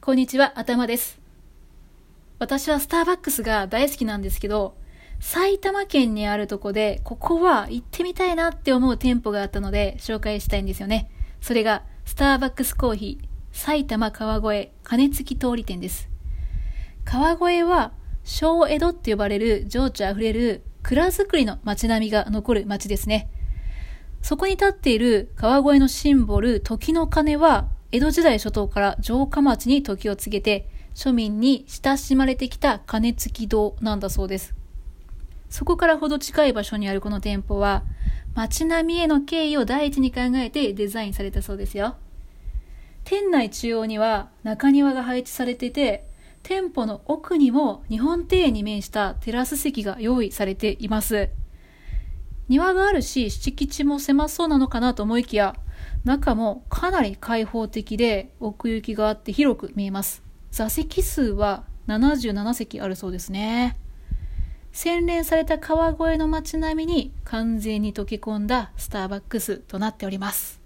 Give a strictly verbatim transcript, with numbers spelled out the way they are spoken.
こんにちは、頭です。私はスターバックスが大好きなんですけど、埼玉県にあるとこで、ここは行ってみたいなって思う店舗があったので紹介したいんですよね。それがスターバックスコーヒー埼玉川越鐘つき通り店です。川越は小江戸って呼ばれる情緒あふれる蔵造りの街並みが残る街ですね。そこに立っている川越のシンボル時の鐘は江戸時代初頭から城下町に時を告げて庶民に親しまれてきた鐘つき堂なんだそうです。そこからほど近い場所にあるこの店舗は街並みへの敬意を第一に考えてデザインされたそうですよ。店内中央には中庭が配置されていて、店舗の奥にも日本庭園に面したテラス席が用意されています。庭があるし敷地も狭そうなのかなと思いきや、中もかなり開放的で奥行きがあって広く見えます。座席数はななじゅうななせきあるそうですね。洗練された川越の街並みに完全に溶け込んだスターバックスとなっております。